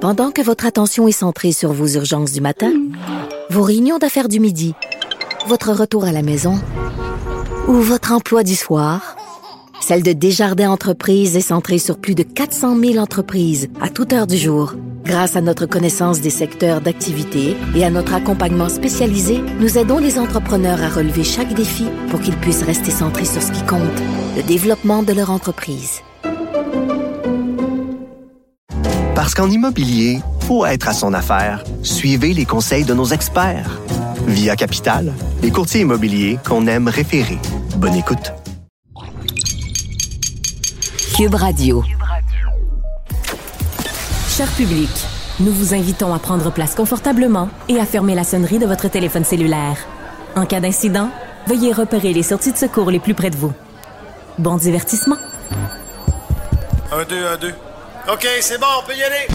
Pendant que votre attention est centrée sur vos urgences du matin, vos réunions d'affaires du midi, votre retour à la maison ou votre emploi du soir, celle de Desjardins Entreprises est centrée sur plus de 400 000 entreprises à toute heure du jour. Grâce à notre connaissance des secteurs d'activité et à notre accompagnement spécialisé, nous aidons les entrepreneurs à relever chaque défi pour qu'ils puissent rester centrés sur ce qui compte, le développement de leur entreprise. Parce qu'en immobilier, faut être à son affaire. Suivez les conseils de nos experts. Via Capital, les courtiers immobiliers qu'on aime référer. Bonne écoute. Cube Radio. Cher public, nous vous invitons à prendre place confortablement et à fermer la sonnerie de votre téléphone cellulaire. En cas d'incident, veuillez repérer les sorties de secours les plus près de vous. Bon divertissement. 1, 2, 1, 2. OK, c'est bon, on peut y aller.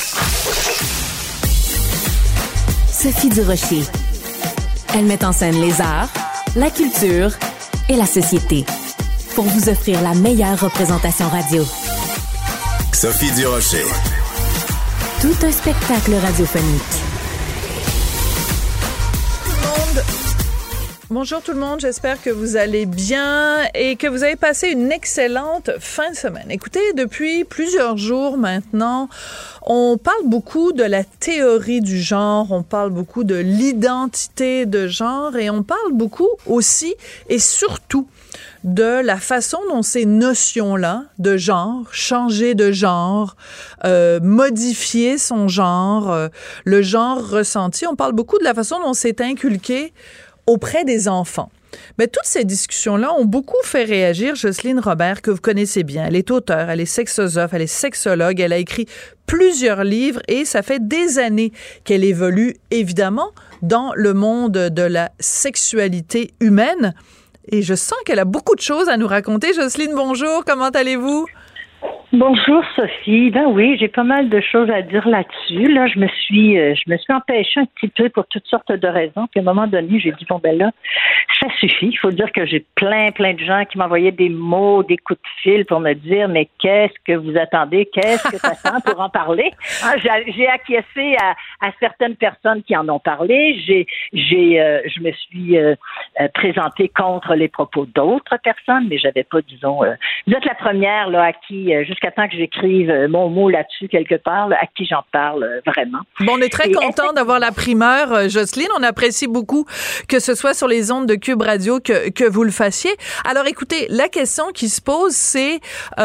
Sophie Durocher. Elle met en scène les arts, la culture et la société pour vous offrir la meilleure représentation radio. Sophie Durocher. Tout un spectacle radiophonique. Bonjour tout le monde, j'espère que vous allez bien et que vous avez passé une excellente fin de semaine. Écoutez, depuis plusieurs jours maintenant, on parle beaucoup de la théorie du genre, on parle beaucoup de l'identité de genre et on parle beaucoup aussi et surtout de la façon dont ces notions-là de genre, changer de genre, modifier son genre, le genre ressenti, on parle beaucoup de la façon dont c'est inculqué auprès des enfants. Mais toutes ces discussions-là ont beaucoup fait réagir Jocelyne Robert, que vous connaissez bien. Elle est auteure, elle est sexosophe, elle est sexologue, elle a écrit plusieurs livres et ça fait des années qu'elle évolue, évidemment, dans le monde de la sexualité humaine. Et je sens qu'elle a beaucoup de choses à nous raconter. Jocelyne, bonjour, comment allez-vous? Bonjour Sophie. Ben oui, j'ai pas mal de choses à dire là-dessus. Là, je me suis empêchée un petit peu pour toutes sortes de raisons. Puis à un moment donné, j'ai dit bon ben là, ça suffit. Il faut dire que j'ai plein de gens qui m'envoyaient des mots, des coups de fil pour me dire mais qu'est-ce que vous attendez, qu'est-ce que ça sent pour en parler. Hein, j'ai acquiescé à certaines personnes qui en ont parlé. Je me suis présentée contre les propos d'autres personnes, mais j'avais pas, disons, vous êtes la première là à qui jusqu'à temps que j'écrive mon mot là-dessus quelque part, là, à qui j'en parle vraiment. Bon, on est très content d'avoir la primeur, Jocelyne. On apprécie beaucoup que ce soit sur les ondes de Cube Radio que vous le fassiez. Alors, écoutez, la question qui se pose, c'est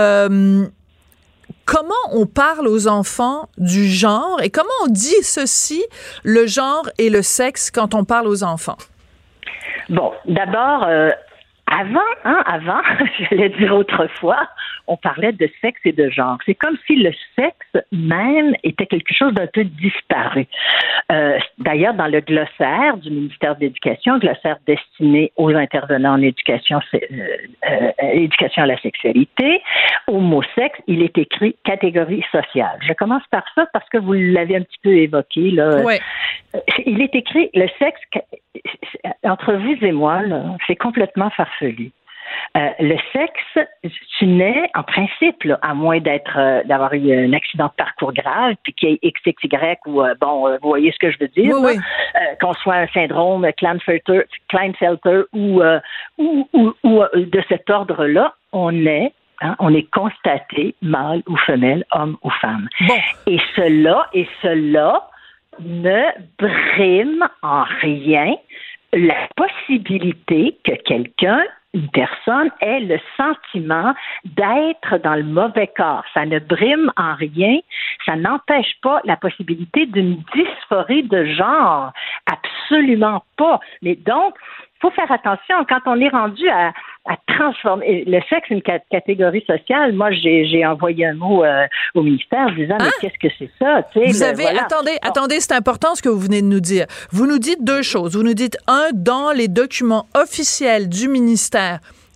comment on parle aux enfants du genre et comment on dissocie le genre et le sexe quand on parle aux enfants? Bon, d'abord, avant, j'allais dire autrefois, on parlait de sexe et de genre. C'est comme si le sexe même était quelque chose d'un peu disparu. D'ailleurs, dans le glossaire du ministère de l'Éducation, glossaire destiné aux intervenants en éducation à la sexualité, au mot sexe, il est écrit catégorie sociale. Je commence par ça parce que vous l'avez un petit peu évoqué, là. Ouais. Il est écrit, le sexe, entre vous et moi, là, c'est complètement farfelu. Le sexe, tu nais, en principe, là, à moins d'avoir eu un accident de parcours grave, puis qu'il y ait XXY ou, vous voyez ce que je veux dire, oui, là, qu'on soit un syndrome Klinefelter ou de cet ordre-là, on est constaté mâle ou femelle, homme ou femme. Bon. Et cela ne brime en rien la possibilité que une personne ait le sentiment d'être dans le mauvais corps. Ça ne brime en rien, ça n'empêche pas la possibilité d'une dysphorie de genre. Absolument pas. Mais donc, il faut faire attention quand on est rendu à transformer. Le sexe, une catégorie sociale. Moi, j'ai envoyé un mot au ministère disant mais qu'est-ce que c'est ça? Vous avez attendez, c'est important ce que vous venez de nous dire. Vous nous dites deux choses. Vous nous dites dans les documents officiels du ministère,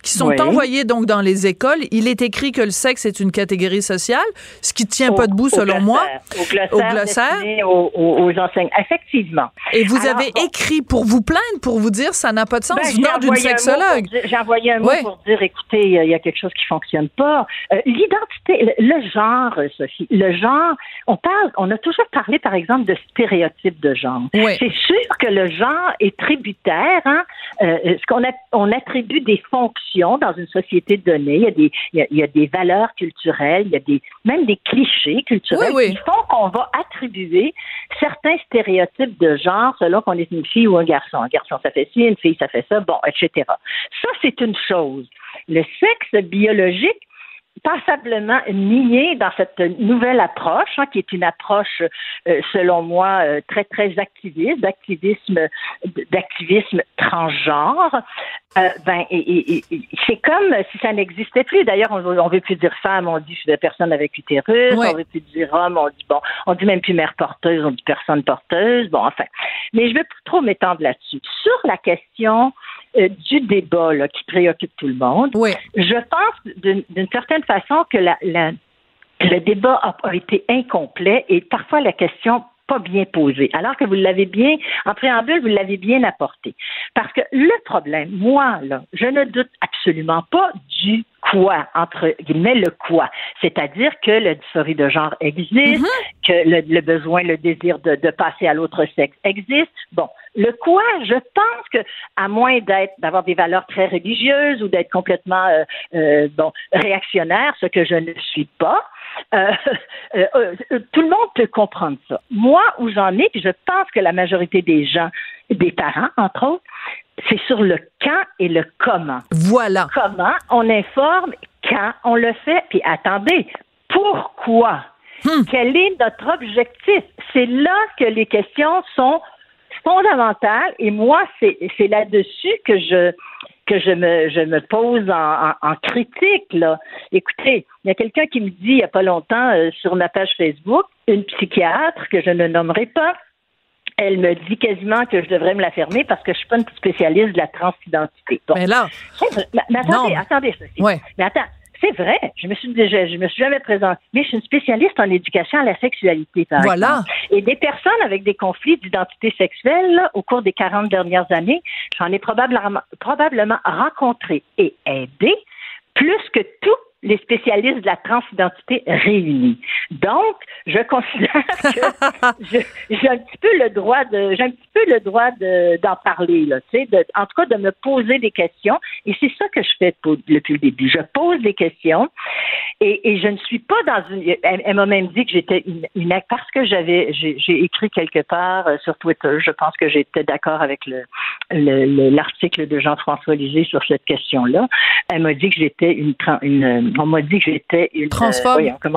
qui sont envoyés donc dans les écoles. Il est écrit que le sexe est une catégorie sociale, ce qui tient pas debout selon moi. Au glossaire. Aux enseignants. Effectivement. Et vous avez écrit pour vous plaindre, pour vous dire ça n'a pas de sens venant d'une sexologue. J'ai envoyé un mot pour dire, écoutez, il y a quelque chose qui fonctionne pas. L'identité, le genre, Sophie, le genre, on a toujours parlé, par exemple, de stéréotypes de genre. Oui. C'est sûr que le genre est tributaire, on attribue des fonctions dans une société donnée. Il y a des valeurs culturelles, il y a même des clichés culturels qui font qu'on va attribuer certains stéréotypes de genre selon qu'on est une fille ou un garçon. Un garçon, ça fait ci, une fille, ça fait ça, bon, etc. Ça, c'est une chose. Le sexe biologique, passablement nié dans cette nouvelle approche, qui est une approche, selon moi, très, très activiste, d'activisme transgenre. C'est comme si ça n'existait plus. D'ailleurs, on veut plus dire femme, on dit personne avec utérus, on veut plus dire homme, on dit même plus mère porteuse, on dit personne porteuse, Mais je veux pas trop m'étendre là-dessus. Sur la question du débat qui préoccupe tout le monde, je pense d'une certaine façon que le débat a été incomplet et parfois la question pas bien posée, alors que vous l'avez bien, en préambule, vous l'avez bien apporté. Parce que le problème, moi, je ne doute absolument pas du quoi, entre guillemets, le quoi. C'est-à-dire que la dysphorie de genre existe, que le besoin, le désir de passer à l'autre sexe existe. Bon, le quoi, je pense que, à moins d'avoir des valeurs très religieuses ou d'être complètement réactionnaire, ce que je ne suis pas, tout le monde peut comprendre ça. Moi, où j'en ai, puis je pense que la majorité des gens, des parents, entre autres, c'est sur le quand et le comment. Voilà. Comment on informe, quand on le fait, puis attendez, pourquoi? Quel est notre objectif? C'est là que les questions sont fondamentales et moi, c'est là-dessus que je me pose en critique, là. Écoutez, il y a quelqu'un qui me dit il n'y a pas longtemps sur ma page Facebook, une psychiatre que je ne nommerai pas, elle me dit quasiment que je devrais me la fermer parce que je suis pas une spécialiste de la transidentité. Bon. Mais là, mais attendez, Sophie. Ouais. Mais attends, c'est vrai, je me suis jamais présentée, mais je suis une spécialiste en éducation à la sexualité, par exemple. Et des personnes avec des conflits d'identité sexuelle, là, au cours des 40 dernières années, j'en ai probablement rencontré et aidé plus que tous les spécialistes de la transidentité réunis. Donc, je considère que j'ai un petit peu le droit d'en parler, là, tu sais, en tout cas de me poser des questions. Et c'est ça que je fais depuis le début. Je pose des questions et je ne suis pas dans une. Elle m'a même dit que j'étais une parce que j'ai écrit quelque part sur Twitter. Je pense que j'étais d'accord avec l'article de Jean-François Lisée sur cette question-là. Elle m'a dit que j'étais on m'a dit que j'étais une transphobe.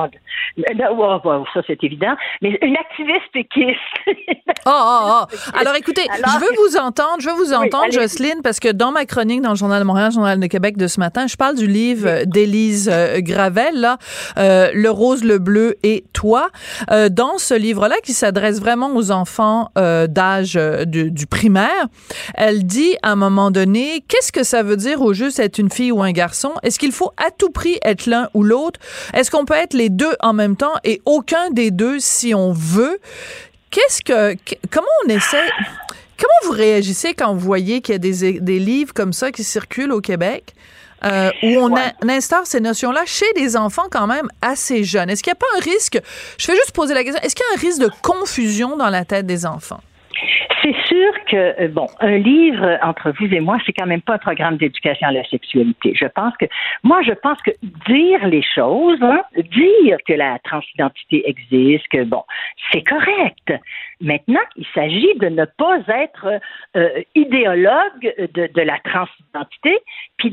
Ça c'est évident, mais une activiste péquiste. Alors écoutez, je veux vous entendre, Jocelyne, parce que dans ma chronique dans le Journal de Montréal, Journal de Québec de ce matin, je parle du livre d'Élise Gravel, là, Le rose, le bleu et toi. Dans ce livre-là, qui s'adresse vraiment aux enfants d'âge du primaire, elle dit à un moment donné, qu'est-ce que ça veut dire au juste être une fille ou un garçon? Est-ce qu'il faut à tout prix être l'un ou l'autre? Est-ce qu'on peut être les deux en même temps et aucun des deux si on veut? Comment on essaie? Comment vous réagissez quand vous voyez qu'il y a des livres comme ça qui circulent au Québec où on instaure ces notions-là chez des enfants quand même assez jeunes? Est-ce qu'il n'y a pas un risque? Je vais juste poser la question. Est-ce qu'il y a un risque de confusion dans la tête des enfants? C'est sûr que, un livre entre vous et moi, c'est quand même pas un programme d'éducation à la sexualité. Je pense que dire les choses, dire que la transidentité existe, que c'est correct. Maintenant, il s'agit de ne pas être idéologue de la transidentité, puis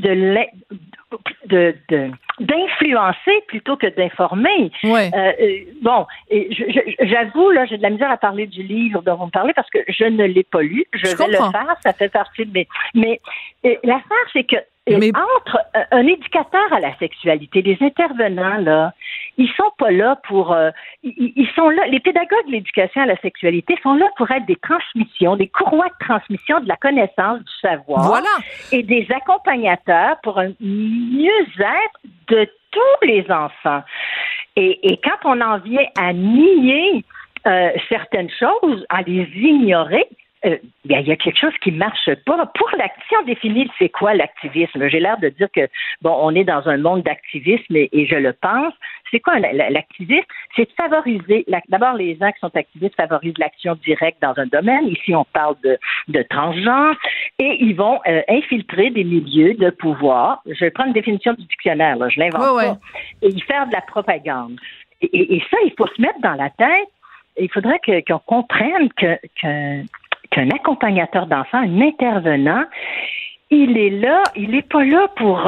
d'influencer plutôt que d'informer. Ouais. J'avoue, là, j'ai de la misère à parler du livre dont vous me parlez parce que je ne l'ai pas lu. Je vais le faire, ça fait partie de mes... Mais l'affaire, c'est que Et entre un éducateur à la sexualité, les intervenants, là, ils sont pas là pour... ils sont là, les pédagogues de l'éducation à la sexualité sont là pour être des transmissions, des courroies de transmission de la connaissance, du savoir. Voilà. Et des accompagnateurs pour un mieux-être de tous les enfants. Et quand on en vient à nier certaines choses, à les ignorer, bien, il y a quelque chose qui marche pas. Pour si on définit c'est quoi l'activisme, j'ai l'air de dire que, bon, on est dans un monde d'activisme et je le pense. C'est quoi l'activisme? C'est de favoriser, d'abord, les gens qui sont activistes favorisent l'action directe dans un domaine. Ici, on parle de transgenre et ils vont infiltrer des milieux de pouvoir. Je vais prendre une définition du dictionnaire, là, je l'invente pas. Et y faire de la propagande. Et ça, il faut se mettre dans la tête. Il faudrait qu'on comprenne qu'un accompagnateur d'enfants, un intervenant, il est pas là pour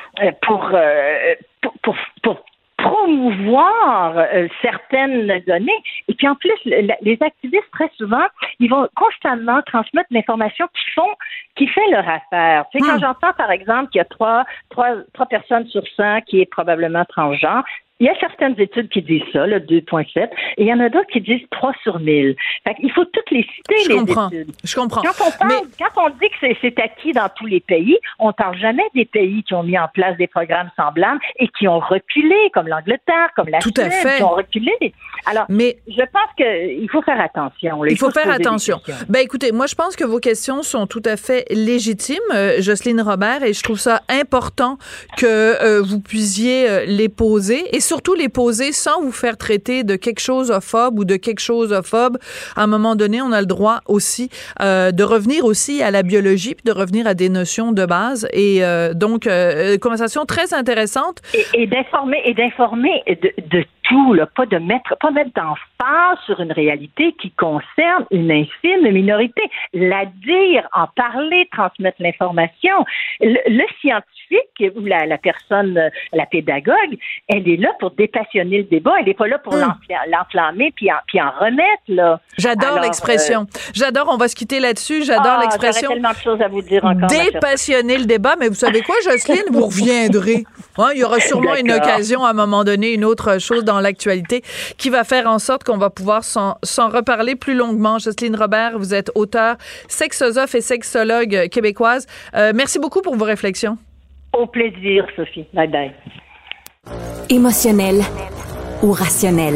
promouvoir certaines données. Et puis en plus, les activistes, très souvent, ils vont constamment transmettre l'information qui fait leur affaire. Tu sais, quand j'entends, par exemple, qu'il y a trois personnes sur 100 qui est probablement transgenre, il y a certaines études qui disent ça, le 2,7, et il y en a d'autres qui disent 3 sur 1000. Fait qu'il faut toutes les citer, études. Je comprends. Quand on dit que c'est acquis dans tous les pays, on ne parle jamais des pays qui ont mis en place des programmes semblables et qui ont reculé, comme l'Angleterre, comme la Suède, qui ont reculé. Alors, je pense qu'il faut faire attention. Là. Il faut faire attention. Ben, écoutez, moi, je pense que vos questions sont tout à fait légitimes, Jocelyne Robert, et je trouve ça important que vous puissiez les poser, et surtout les poser sans vous faire traiter de quelque chose phobe ou de quelque chose phobe. À un moment donné, on a le droit aussi de revenir aussi à la biologie puis de revenir à des notions de base. Et donc, conversation très intéressante. Et d'informer de tout, là, pas mettre d'emphase sur une réalité qui concerne une infime minorité. La dire, en parler, transmettre l'information. Le scientifique ou la personne, la pédagogue, elle est là pour dépassionner le débat. Elle n'est pas là pour l'enflammer puis en remettre, là. J'adore l'expression. J'adore, on va se quitter là-dessus. J'adore l'expression. J'aurais tellement de choses à vous dire encore. Dépassionner le débat, mais vous savez quoi, Jocelyne? Vous reviendrez. Hein, il y aura sûrement une occasion à un moment donné, une autre chose dans l'actualité qui va faire en sorte qu'on va pouvoir s'en reparler plus longuement. Jocelyne Robert, vous êtes auteure, sexosophe et sexologue québécoise. Merci beaucoup pour vos réflexions. Au plaisir, Sophie. Bye bye. Émotionnel ou rationnel?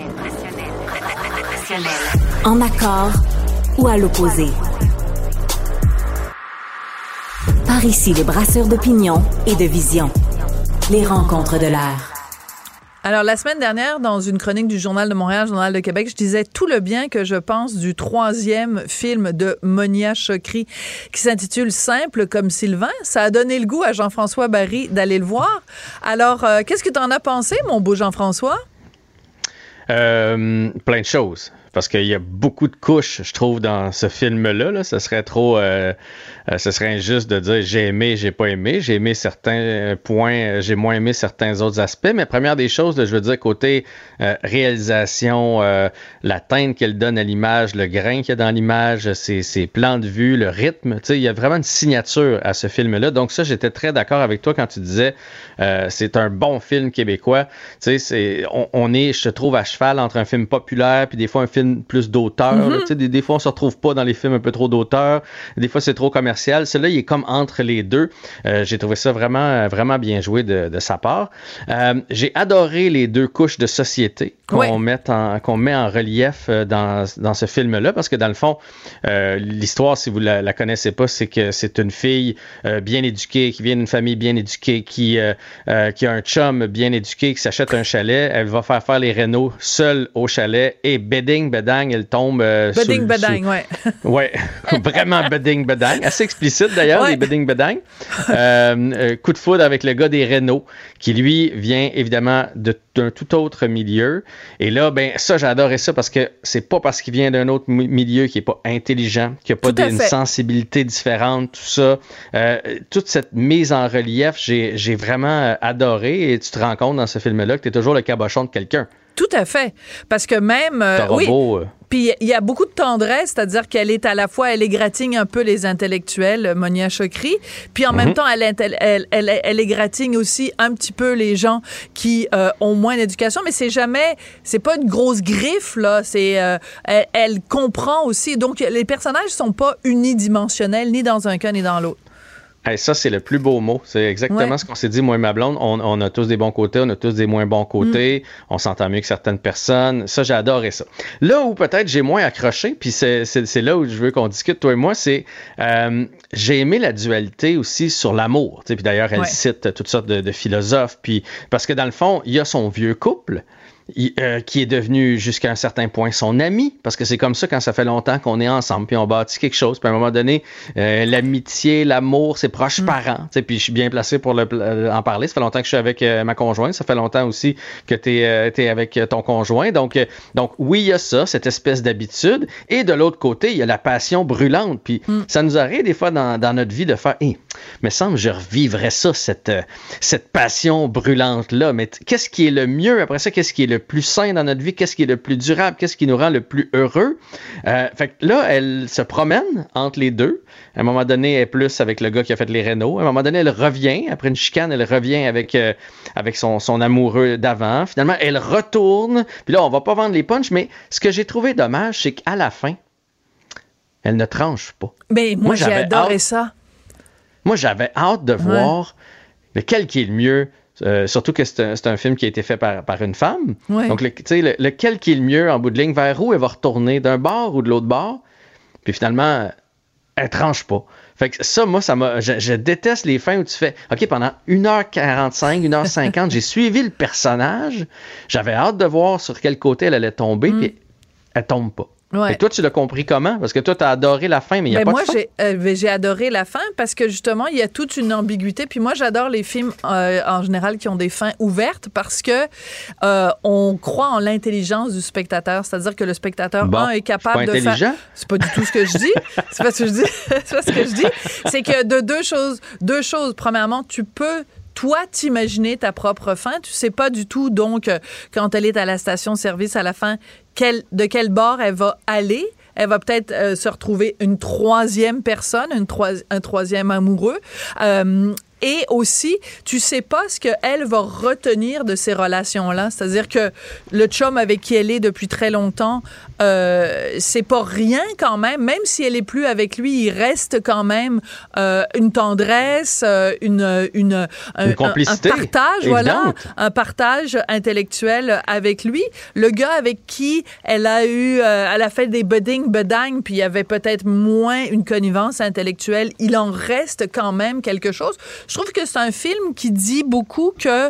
En accord ou à l'opposé? Par ici, les brasseurs d'opinion et de vision. Les rencontres de l'air. Alors, la semaine dernière, dans une chronique du Journal de Montréal, Journal de Québec, je disais tout le bien que je pense du 3e film de Monia Chokri qui s'intitule « Simple comme Sylvain ». Ça a donné le goût à Jean-François Barry d'aller le voir. Alors, qu'est-ce que tu en as pensé, mon beau Jean-François? Plein de choses. Parce qu'il y a beaucoup de couches, je trouve, dans ce film-là. Là. Ce serait trop... ce serait injuste de dire j'ai aimé, j'ai pas aimé. J'ai aimé certains points, j'ai moins aimé certains autres aspects. Mais première des choses, là, je veux dire, côté réalisation, la teinte qu'elle donne à l'image, le grain qu'il y a dans l'image, ses plans de vue, le rythme. Tu sais, il y a vraiment une signature à ce film-là. Donc ça, j'étais très d'accord avec toi quand tu disais c'est un bon film québécois. Tu sais, on est, je trouve, à cheval entre un film populaire puis des fois un film plus d'auteur. Tu sais, des fois, on se retrouve pas dans les films un peu trop d'auteur. Des fois, c'est trop commercial. Celui-là, il est comme entre les deux. J'ai trouvé ça vraiment, vraiment bien joué de sa part. J'ai adoré les deux couches de société qu'on met en relief dans ce film-là, parce que dans le fond, l'histoire, si vous la connaissez pas, c'est que c'est une fille bien éduquée, qui vient d'une famille bien éduquée, qui a un chum bien éduqué, qui s'achète un chalet. Elle va faire les rénos seule au chalet et bedang, elle tombe beding, ouais. Ouais, vraiment beding. Assez explicite d'ailleurs, les beding. Coup de foudre avec le gars des rénaux, qui lui vient évidemment d'un tout autre milieu. Et là, ben ça, j'ai adoré ça parce que c'est pas parce qu'il vient d'un autre milieu qu'il est pas intelligent, qu'il n'a pas une sensibilité différente, tout ça. Toute cette mise en relief, j'ai vraiment adoré, et tu te rends compte dans ce film-là que tu es toujours le cabochon de quelqu'un. Tout à fait. Parce que même... Puis il y a beaucoup de tendresse, c'est-à-dire qu'elle est à la fois, elle égratigne un peu les intellectuels, Monia Chokri, puis en même temps, elle égratigne aussi un petit peu les gens qui ont moins d'éducation, mais c'est pas une grosse griffe, là, elle comprend aussi. Donc, les personnages sont pas unidimensionnels, ni dans un cas, ni dans l'autre. Hey, ça, c'est le plus beau mot. C'est exactement ce qu'on s'est dit, moi et ma blonde. On a tous des bons côtés, on a tous des moins bons côtés. On s'entend mieux que certaines personnes. Ça, j'ai adoré ça. Là où peut-être j'ai moins accroché, puis c'est là où je veux qu'on discute, toi et moi, c'est j'ai aimé la dualité aussi sur l'amour. Puis d'ailleurs, elle cite toutes sortes de philosophes. Puis parce que dans le fond, il y a son vieux couple, qui est devenu jusqu'à un certain point son ami, parce que c'est comme ça quand ça fait longtemps qu'on est ensemble, puis on bâtit quelque chose, puis à un moment donné, l'amitié, l'amour, c'est proche parent, puis je suis bien placé pour en parler, ça fait longtemps que je suis avec ma conjointe, ça fait longtemps aussi que t'es avec ton conjoint, donc oui, il y a ça, cette espèce d'habitude, et de l'autre côté, il y a la passion brûlante, puis ça nous arrive des fois dans notre vie de faire, me semble je revivrais ça, cette passion brûlante-là, mais qu'est-ce qui est le mieux après ça, qu'est-ce qui est le plus sain dans notre vie, qu'est-ce qui est le plus durable, qu'est-ce qui nous rend le plus heureux. Fait que là, elle se promène entre les deux. À un moment donné, elle est plus avec le gars qui a fait les rénaux. À un moment donné, elle revient. Après une chicane, elle revient avec son amoureux d'avant. Finalement, elle retourne. Puis là, on va pas vendre les punchs, mais ce que j'ai trouvé dommage, c'est qu'à la fin, elle ne tranche pas. Mais moi j'ai adoré ça. Moi, j'avais hâte de voir lequel qui est le mieux. Surtout que c'est un film qui a été fait par une femme. Ouais. Donc, lequel qui est le mieux en bout de ligne, vers où elle va retourner, d'un bord ou de l'autre bord. Puis finalement, elle tranche pas. Fait que ça, moi, je déteste les fins où tu fais, OK, pendant 1h45, 1h50, j'ai suivi le personnage. J'avais hâte de voir sur quel côté elle allait tomber, puis elle tombe pas. Ouais. Et toi, tu l'as compris comment? Parce que toi, tu as adoré la fin, mais il n'y a pas de fin. Moi, j'ai adoré la fin parce que, justement, il y a toute une ambiguïté. Puis moi, j'adore les films, en général, qui ont des fins ouvertes parce que on croit en l'intelligence du spectateur. C'est-à-dire que le spectateur, est capable de faire... C'est pas du tout ce que je dis. C'est pas ce que je dis. C'est pas ce que je dis. C'est que de deux choses. Premièrement, tu peux... toi, t'imaginer ta propre fin. Tu sais pas du tout, donc, quand elle est à la station-service à la fin, de quel bord elle va aller. Elle va peut-être se retrouver une troisième personne, un troisième amoureux. Et aussi, tu sais pas ce qu'elle va retenir de ces relations-là. C'est-à-dire que le chum avec qui elle est depuis très longtemps, c'est pas rien quand même si elle est plus avec lui, il reste quand même une tendresse, une complicité, un partage, évidente. Un partage intellectuel avec lui. Le gars avec qui elle a fait des bedang, puis il y avait peut-être moins une connivence intellectuelle, il en reste quand même quelque chose. Je trouve que c'est un film qui dit beaucoup que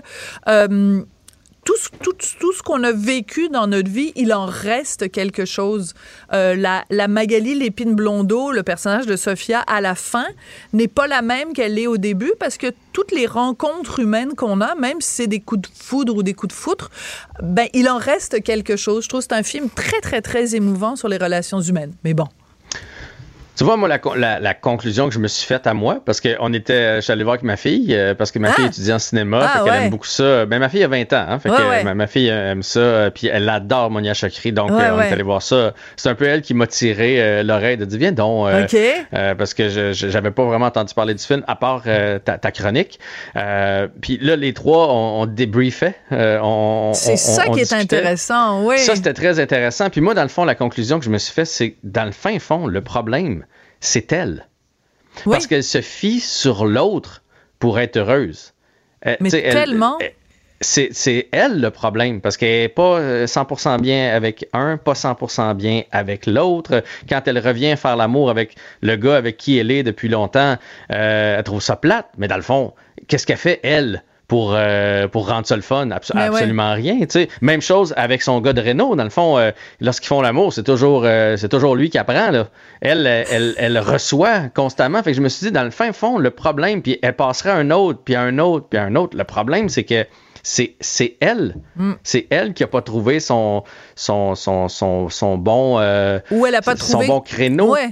tout ce qu'on a vécu dans notre vie, il en reste quelque chose. La Magali Lépine-Blondeau, le personnage de Sophia, à la fin, n'est pas la même qu'elle est au début parce que toutes les rencontres humaines qu'on a, même si c'est des coups de foudre ou des coups de foutre, il en reste quelque chose. Je trouve que c'est un film très, très, très émouvant sur les relations humaines. Mais bon. Tu vois, moi, la conclusion que je me suis faite à moi, parce que je suis allé voir avec ma fille, parce que ma fille étudie en cinéma, fait qu'elle aime beaucoup ça. Ben, ma fille a 20 ans, hein, fait que ma fille aime ça, puis elle adore Monia Chokri, donc on est allé voir ça. C'est un peu elle qui m'a tiré l'oreille de dire, viens donc, parce que j'avais pas vraiment entendu parler du film, à part ta chronique. Puis là, les trois, on débriefait. C'est ça qui est intéressant, oui. Ça, c'était très intéressant. Puis moi, dans le fond, la conclusion que je me suis faite, c'est, dans le fin fond, le problème, c'est elle. Oui. Parce qu'elle se fie sur l'autre pour être heureuse. Mais tellement... C'est elle le problème, parce qu'elle n'est pas 100% bien avec un, pas 100% bien avec l'autre. Quand elle revient faire l'amour avec le gars avec qui elle est depuis longtemps, elle trouve ça plate. Mais dans le fond, qu'est-ce qu'elle fait, elle? Pour rendre ça le fun, absolument rien. T'sais. Même chose avec son gars de Renault. Dans le fond, lorsqu'ils font l'amour, c'est toujours lui qui apprend. Là. Elle reçoit constamment. Fait que je me suis dit, dans le fin fond, le problème, puis elle passerait un autre, puis un autre, puis un autre. Le problème, c'est que c'est elle. C'est elle qui n'a pas trouvé son bon... Ou elle n'a pas trouvé... Son bon créneau. Ouais.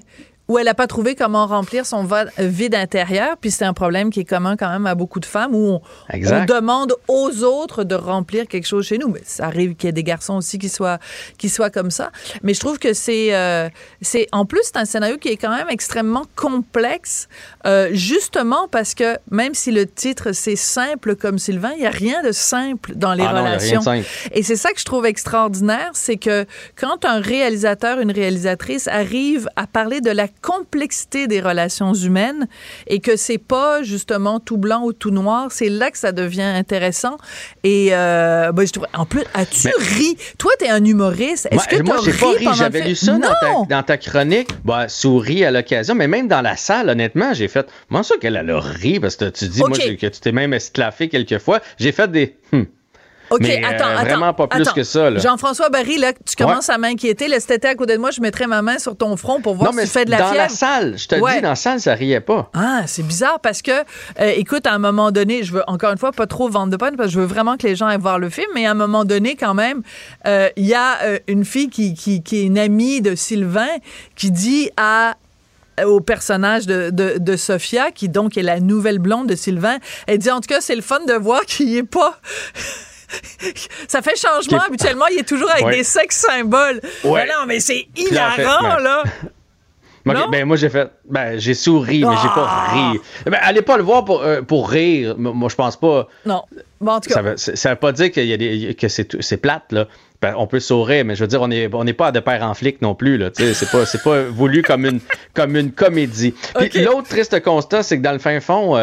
où elle n'a pas trouvé comment remplir son vide intérieur, puis c'est un problème qui est commun quand même à beaucoup de femmes, où on demande aux autres de remplir quelque chose chez nous. Mais ça arrive qu'il y ait des garçons aussi qui soient comme ça. Mais je trouve que en plus, c'est un scénario qui est quand même extrêmement complexe, justement parce que même si le titre, c'est simple comme Sylvain, il n'y a rien de simple dans les relations. Non, il y a rien de simple. Et c'est ça que je trouve extraordinaire, c'est que quand un réalisateur, une réalisatrice arrive à parler de la complexité des relations humaines et que c'est pas justement tout blanc ou tout noir, c'est là que ça devient intéressant. Et je trouve, en plus, as-tu ri? Toi, t'es un humoriste. Est-ce que moi, j'ai pas ri. J'avais lu ça dans ta chronique. Souris à l'occasion, mais même dans la salle, honnêtement, j'ai fait. Moi, ça qu'elle a ri parce que tu dis moi que tu t'es même esclaffé quelques fois. J'ai fait des. OK, mais vraiment pas plus que ça. Là. Jean-François Barry, là, tu commences à m'inquiéter. Là, si t'étais à côté de moi, je mettrais ma main sur ton front pour voir si tu fais de la fièvre. Dans la salle, je te dis, dans la salle, ça riait pas. Ah, c'est bizarre parce que, écoute, à un moment donné, je veux encore une fois pas trop vendre de panne parce que je veux vraiment que les gens aillent voir le film, mais à un moment donné, quand même, il y a une fille qui est une amie de Sylvain qui dit au personnage de Sophia, qui donc est la nouvelle blonde de Sylvain, elle dit en tout cas, c'est le fun de voir qu'il est pas... Ça fait changement. Habituellement, il est toujours avec des sex symboles. Ouais. Non, mais c'est hilarant, là. Moi, j'ai souri, mais j'ai pas ri. Allez pas le voir pour rire. Moi, je pense pas. Non. Bon, en tout cas. Ça veut pas dire que c'est plate, là. On peut sourire, mais je veux dire, on n'est pas à de père en flic non plus, là. C'est pas voulu comme une comédie. Puis l'autre triste constat, c'est que dans le fin fond,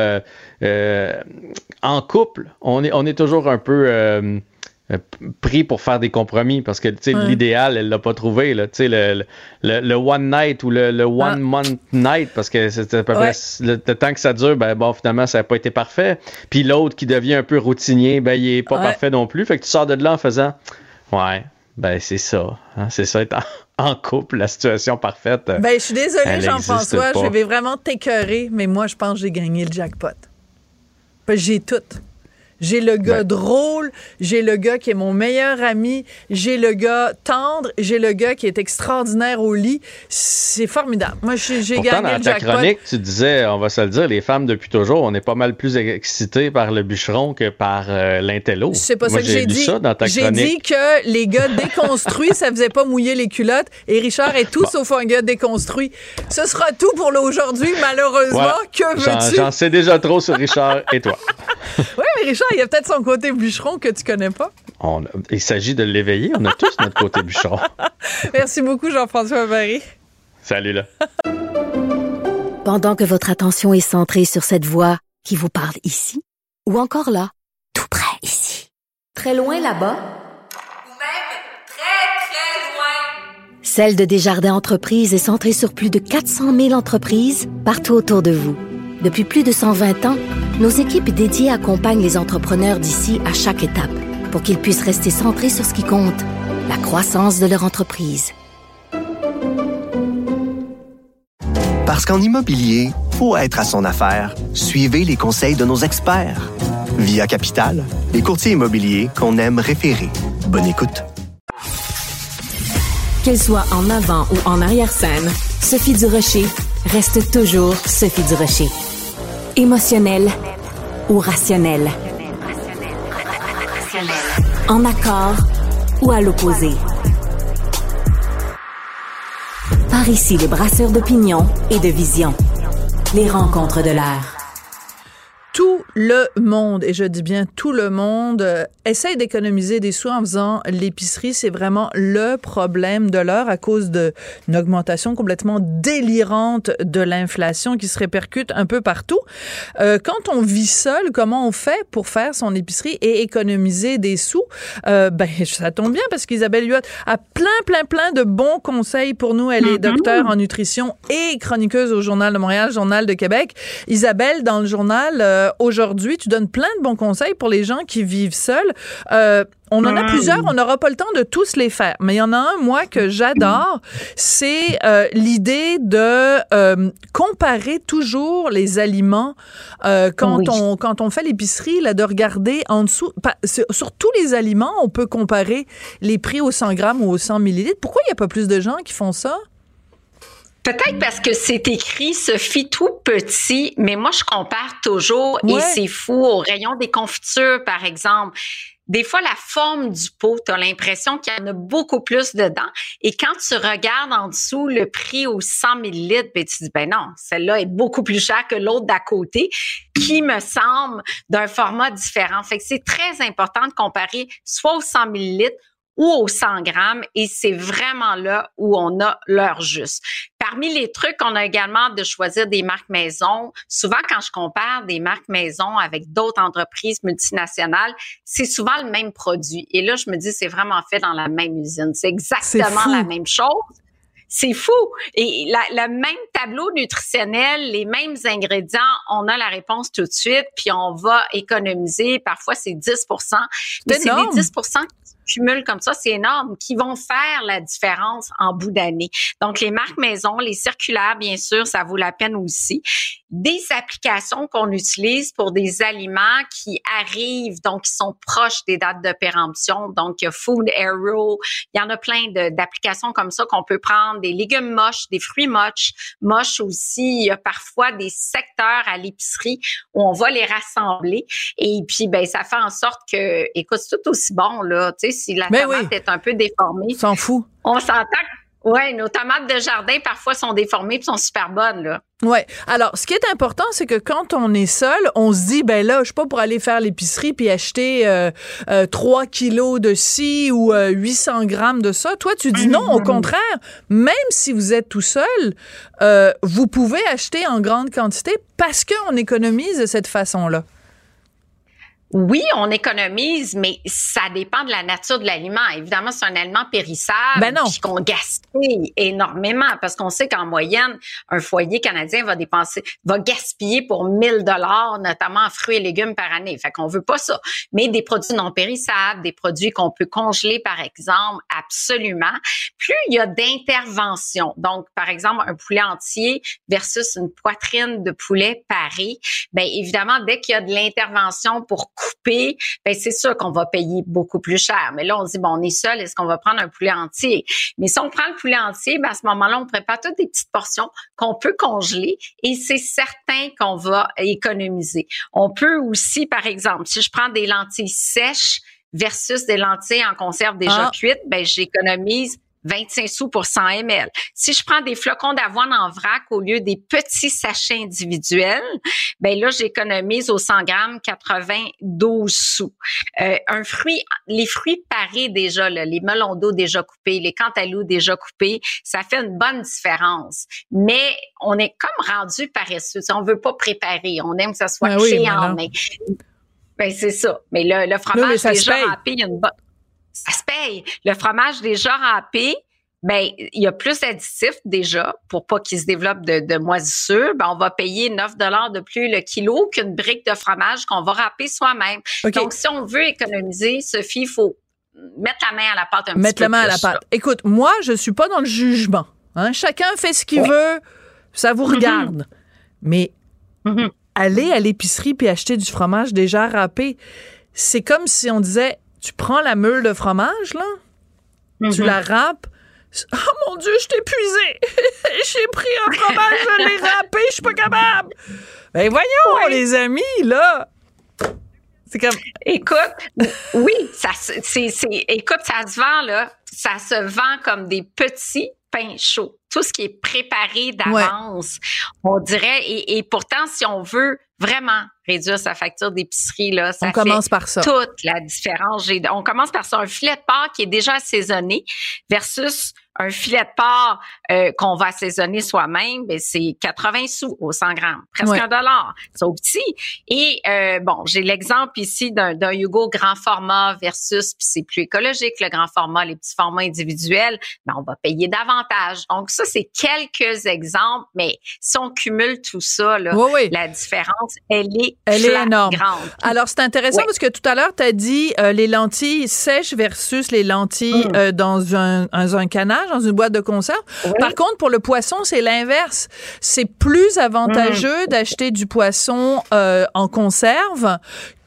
en couple, on est toujours un peu pris pour faire des compromis parce que l'idéal, elle l'a pas trouvé, là. Le one night ou le one month night, parce que c'est à peu près le temps que ça dure, finalement, ça n'a pas été parfait. Puis l'autre qui devient un peu routinier, il est pas parfait non plus. Fait que tu sors de là en faisant c'est ça. Hein, c'est ça, être en couple, la situation parfaite. Je suis désolée, Jean-François, je vais vraiment t'écœurer, mais moi, je pense que j'ai gagné le jackpot. J'ai tout. J'ai le gars drôle, j'ai le gars qui est mon meilleur ami, j'ai le gars tendre, j'ai le gars qui est extraordinaire au lit. C'est formidable. Moi, j'ai gagné le jackpot. Dans ta chronique, tu disais, on va se le dire, les femmes, depuis toujours, on est pas mal plus excitées par le bûcheron que par l'intello. C'est pas ça que j'ai dit. J'ai dit que les gars déconstruits, ça faisait pas mouiller les culottes, et Richard est tout sauf un gars déconstruit. Ce sera tout pour aujourd'hui, malheureusement. Voilà. Que veux-tu? J'en sais déjà trop sur Richard et toi. Oui, mais Richard, il y a peut-être son côté bûcheron que tu connais pas. Il s'agit de l'éveiller. On a tous notre côté bûcheron. Merci beaucoup, Jean-François Barry. Salut, là. Pendant que votre attention est centrée sur cette voix qui vous parle ici, ou encore là, tout près ici, très loin là-bas, ou même très, très loin, celle de Desjardins Entreprises est centrée sur plus de 400 000 entreprises partout autour de vous. Depuis plus de 120 ans, nos équipes dédiées accompagnent les entrepreneurs d'ici à chaque étape pour qu'ils puissent rester centrés sur ce qui compte, la croissance de leur entreprise. Parce qu'en immobilier, faut être à son affaire. Suivez les conseils de nos experts. Via Capital, les courtiers immobiliers qu'on aime référer. Bonne écoute. Qu'elle soit en avant ou en arrière-scène, Sophie Durocher reste toujours Sophie Durocher. Émotionnelle ou rationnelle. En accord ou à l'opposé. Par ici, les brasseurs d'opinion et de vision. Les rencontres de l'heure. Tout le monde, et je dis bien tout le monde, essaye d'économiser des sous en faisant l'épicerie. C'est vraiment le problème de l'heure à cause d'une augmentation complètement délirante de l'inflation qui se répercute un peu partout. Quand on vit seul, comment on fait pour faire son épicerie et économiser des sous? Ça tombe bien parce qu'Isabelle Huot a plein de bons conseils pour nous. Elle est docteure en nutrition et chroniqueuse au Journal de Montréal, Journal de Québec. Isabelle, dans le journal, aujourd'hui, tu donnes plein de bons conseils pour les gens qui vivent seuls. On en a plusieurs, on n'aura pas le temps de tous les faire, mais il y en a un, moi, que j'adore, c'est l'idée de comparer toujours les aliments quand on fait l'épicerie, là, de regarder en dessous. Sur tous les aliments, on peut comparer les prix aux 100 grammes ou aux 100 millilitres. Pourquoi il n'y a pas plus de gens qui font ça? Peut-être parce que c'est écrit, Sophie, tout petit, mais moi, je compare toujours, et c'est fou, au rayon des confitures, par exemple. Des fois, la forme du pot, tu as l'impression qu'il y en a beaucoup plus dedans. Et quand tu regardes en dessous le prix aux 100 millilitres, ben, tu dis, ben non, celle-là est beaucoup plus chère que l'autre d'à côté, qui me semble d'un format différent. Fait que c'est très important de comparer soit aux 100 millilitres ou aux 100 grammes, et c'est vraiment là où on a l'heure juste. Parmi les trucs, on a également de choisir des marques maison. Souvent, quand je compare des marques maison avec d'autres entreprises multinationales, c'est souvent le même produit. Et là, je me dis, c'est vraiment fait dans la même usine. C'est exactement la même chose. C'est fou. Et le même tableau nutritionnel, les mêmes ingrédients, on a la réponse tout de suite, puis on va économiser. Parfois, c'est 10 mais c'est des 10 qui cumulent comme ça, c'est énorme, qui vont faire la différence en bout d'année. Donc, les marques maison, les circulaires, bien sûr, ça vaut la peine aussi. Des applications qu'on utilise pour des aliments qui arrivent, donc qui sont proches des dates de péremption. Donc, il y a Food Arrow, il y en a plein d'applications comme ça qu'on peut prendre, des légumes moches, des fruits moches aussi. Il y a parfois des secteurs à l'épicerie où on va les rassembler. Et puis, ben, ça fait en sorte que, écoute, c'est tout aussi bon, là. Tu sais, si la tomate est un peu déformée. On s'en fout. On s'entend que, ouais, nos tomates de jardin, parfois, sont déformées puis sont super bonnes, là. Ouais. Alors, ce qui est important, c'est que quand on est seul, on se dit, ben là, je suis pas pour aller faire l'épicerie puis acheter 3 kilos de ci ou 800 grammes de ça. Toi, tu dis non, au contraire, même si vous êtes tout seul, vous pouvez acheter en grande quantité parce qu'on économise de cette façon-là. Oui, on économise, mais ça dépend de la nature de l'aliment. Évidemment, c'est un aliment périssable, puis qu'on gaspille énormément, parce qu'on sait qu'en moyenne, un foyer canadien va gaspiller pour 1 000 $, notamment en fruits et légumes par année. Fait qu'on veut pas ça. Mais des produits non périssables, des produits qu'on peut congeler, par exemple, absolument. Plus il y a d'interventions, donc, par exemple, un poulet entier versus une poitrine de poulet paré, ben évidemment, dès qu'il y a de l'intervention pour couper, ben c'est sûr qu'on va payer beaucoup plus cher. Mais là, on se dit, bon, on est seul, est-ce qu'on va prendre un poulet entier? Mais si on prend le poulet entier, ben à ce moment-là, on prépare toutes des petites portions qu'on peut congeler et c'est certain qu'on va économiser. On peut aussi, par exemple, si je prends des lentilles sèches versus des lentilles en conserve déjà cuites, ben j'économise 25 sous pour 100 ml. Si je prends des flocons d'avoine en vrac au lieu des petits sachets individuels, ben là, j'économise aux 100 grammes 92 sous. Les fruits parés déjà, là, les melons d'eau déjà coupés, les cantaloupes déjà coupés, ça fait une bonne différence. Mais on est comme rendu paresseux. On veut pas préparer. On aime que ça soit couché en main. Ben, c'est ça. Mais le fromage déjà râpé, il y a une bonne... Ça se paye. Le fromage déjà râpé, ben il y a plus d'additifs déjà pour pas qu'il se développe de moisissure. Ben on va payer 9 $ de plus le kilo qu'une brique de fromage qu'on va râper soi-même. Okay. Donc si on veut économiser, Sophie, il faut mettre la main à la pâte un petit peu plus. Mettre la main à la pâte. Écoute, moi je suis pas dans le jugement. Hein? Chacun fait ce qu'il veut, ça vous regarde. Mais aller à l'épicerie puis acheter du fromage déjà râpé, c'est comme si on disait tu prends la meule de fromage, là, tu la râpes. Oh mon Dieu, je t'ai épuisé. J'ai pris un fromage, je l'ai râpé, je suis pas capable. Ben voyons, les amis, là. C'est comme... Écoute, oui, écoute, ça se vend, là. Ça se vend comme des petits pains chauds. Tout ce qui est préparé d'avance, on dirait. Et pourtant, si on veut vraiment réduire sa facture d'épicerie, là, ça commence par ça. Toute la différence. On commence par ça. Un filet de porc qui est déjà assaisonné versus un filet de porc qu'on va assaisonner soi-même, ben c'est 80 sous au 100 grammes, presque $1. C'est au petit. Et bon, j'ai l'exemple ici d'un yogourt grand format versus, puis c'est plus écologique, le grand format, les petits formats individuels, ben on va payer davantage. Donc ça, c'est quelques exemples, mais si on cumule tout ça, là, la différence, elle est énorme. Alors, c'est intéressant parce que tout à l'heure, tu as dit les lentilles sèches versus les lentilles dans un canage, dans une boîte de conserve. Par contre, pour le poisson, c'est l'inverse. C'est plus avantageux d'acheter du poisson en conserve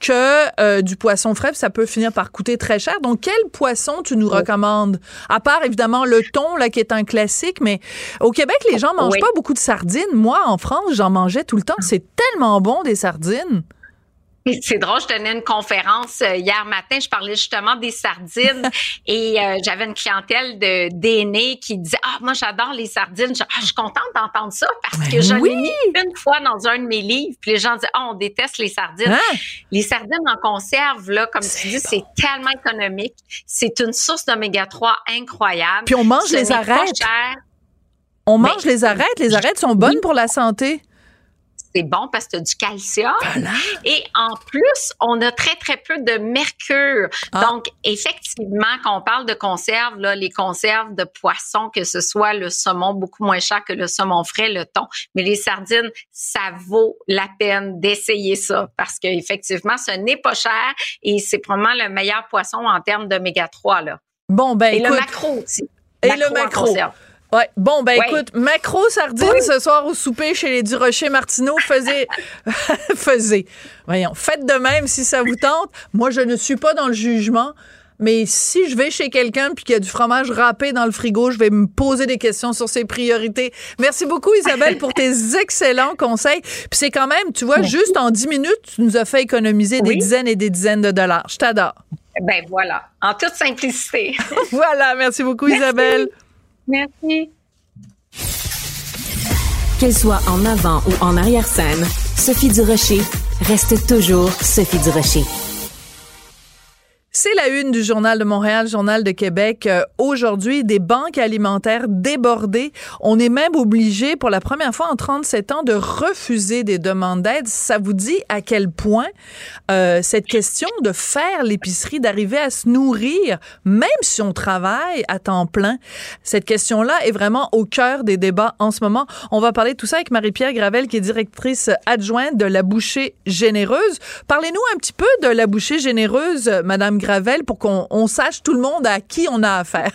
que du poisson frais, ça peut finir par coûter très cher. Donc, quel poisson tu nous recommandes? À part, évidemment, le thon, là, qui est un classique, mais au Québec, les gens mangent pas beaucoup de sardines. Moi, en France, j'en mangeais tout le temps. C'est tellement bon, des sardines. C'est drôle, je tenais une conférence hier matin, je parlais justement des sardines et j'avais une clientèle d'aînés qui disait « Ah, moi j'adore les sardines. » Je suis contente d'entendre ça parce que j'en ai mis une fois dans un de mes livres puis les gens disaient « Ah, on déteste les sardines. » Les sardines en conserve, là, comme tu dis, c'est tellement économique. C'est une source d'oméga 3 incroyable. Puis on mange les arêtes. On mange les arêtes. Les arêtes sont bonnes pour la santé. C'est bon parce que tu as du calcium. Voilà. Et en plus, on a très, très peu de mercure. Donc, effectivement, quand on parle de conserves, là, les conserves de poisson, que ce soit le saumon beaucoup moins cher que le saumon frais, le thon, mais les sardines, ça vaut la peine d'essayer ça parce qu'effectivement, ce n'est pas cher et c'est probablement le meilleur poisson en termes d'oméga 3, là. Bon, ben, écoute, le maquereau aussi. Et le maquereau. Ouais. Bon, ben écoute, maquereau sardines ce soir au souper chez les Durocher-Martineau. Voyons, faites de même si ça vous tente. Moi, je ne suis pas dans le jugement, mais si je vais chez quelqu'un puis qu'il y a du fromage râpé dans le frigo, je vais me poser des questions sur ses priorités. Merci beaucoup, Isabelle, pour tes excellents conseils. Puis c'est quand même, tu vois, juste en 10 minutes, tu nous as fait économiser des dizaines et des dizaines de dollars. Je t'adore. Ben voilà, en toute simplicité. Voilà, merci beaucoup, Isabelle. Merci. Qu'elle soit en avant ou en arrière-scène, Sophie Durocher reste toujours Sophie Durocher. C'est la une du Journal de Montréal, Journal de Québec. Aujourd'hui, des banques alimentaires débordées. On est même obligé, pour la première fois en 37 ans, de refuser des demandes d'aide. Ça vous dit à quel point cette question de faire l'épicerie, d'arriver à se nourrir, même si on travaille à temps plein, cette question-là est vraiment au cœur des débats en ce moment. On va parler de tout ça avec Marie-Pierre Gravel, qui est directrice adjointe de La Bouchée Généreuse. Parlez-nous un petit peu de La Bouchée Généreuse, Madame Gravel, pour qu'on sache tout le monde à qui on a affaire.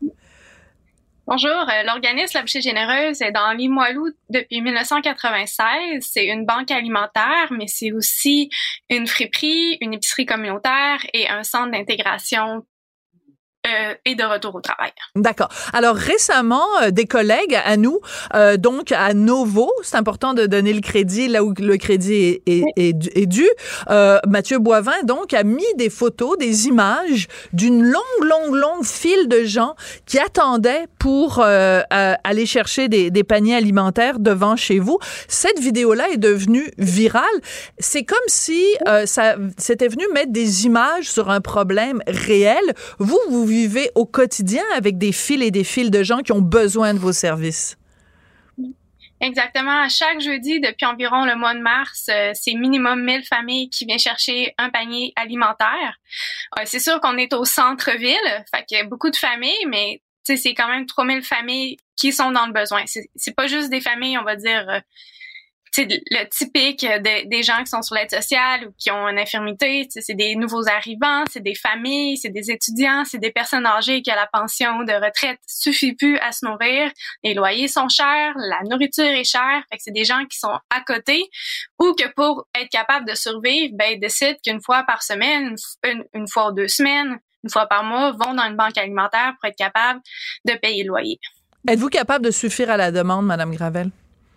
Bonjour, l'organisme La Bouchée Généreuse est dans Limoilou depuis 1996. C'est une banque alimentaire, mais c'est aussi une friperie, une épicerie communautaire et un centre d'intégration et de retour au travail. D'accord. Alors récemment, des collègues à nous, donc à Novo, c'est important de donner le crédit là où le crédit est dû. Mathieu Boivin, donc, a mis des photos, des images d'une longue file de gens qui attendaient pour aller chercher des paniers alimentaires devant chez vous. Cette vidéo-là est devenue virale. C'est comme si ça c'était venu mettre des images sur un problème réel. Vous vivez au quotidien avec des files et des files de gens qui ont besoin de vos services. Exactement. À chaque jeudi, depuis environ le mois de mars, c'est minimum 1000 familles qui viennent chercher un panier alimentaire. C'est sûr qu'on est au centre-ville, fait qu'il y a beaucoup de familles, mais c'est quand même 3000 familles qui sont dans le besoin. C'est pas juste des familles, on va dire... c'est le typique des gens qui sont sur l'aide sociale ou qui ont une infirmité, c'est des nouveaux arrivants, c'est des familles, c'est des étudiants, c'est des personnes âgées qui, à la pension de retraite, suffit plus à se nourrir. Les loyers sont chers, la nourriture est chère, fait que c'est des gens qui sont à côté ou que pour être capable de survivre, ils décident qu'une fois par semaine, une fois ou 2 semaines, une fois par mois, vont dans une banque alimentaire pour être capable de payer le loyer. Êtes-vous capable de suffire à la demande, Madame Gravel?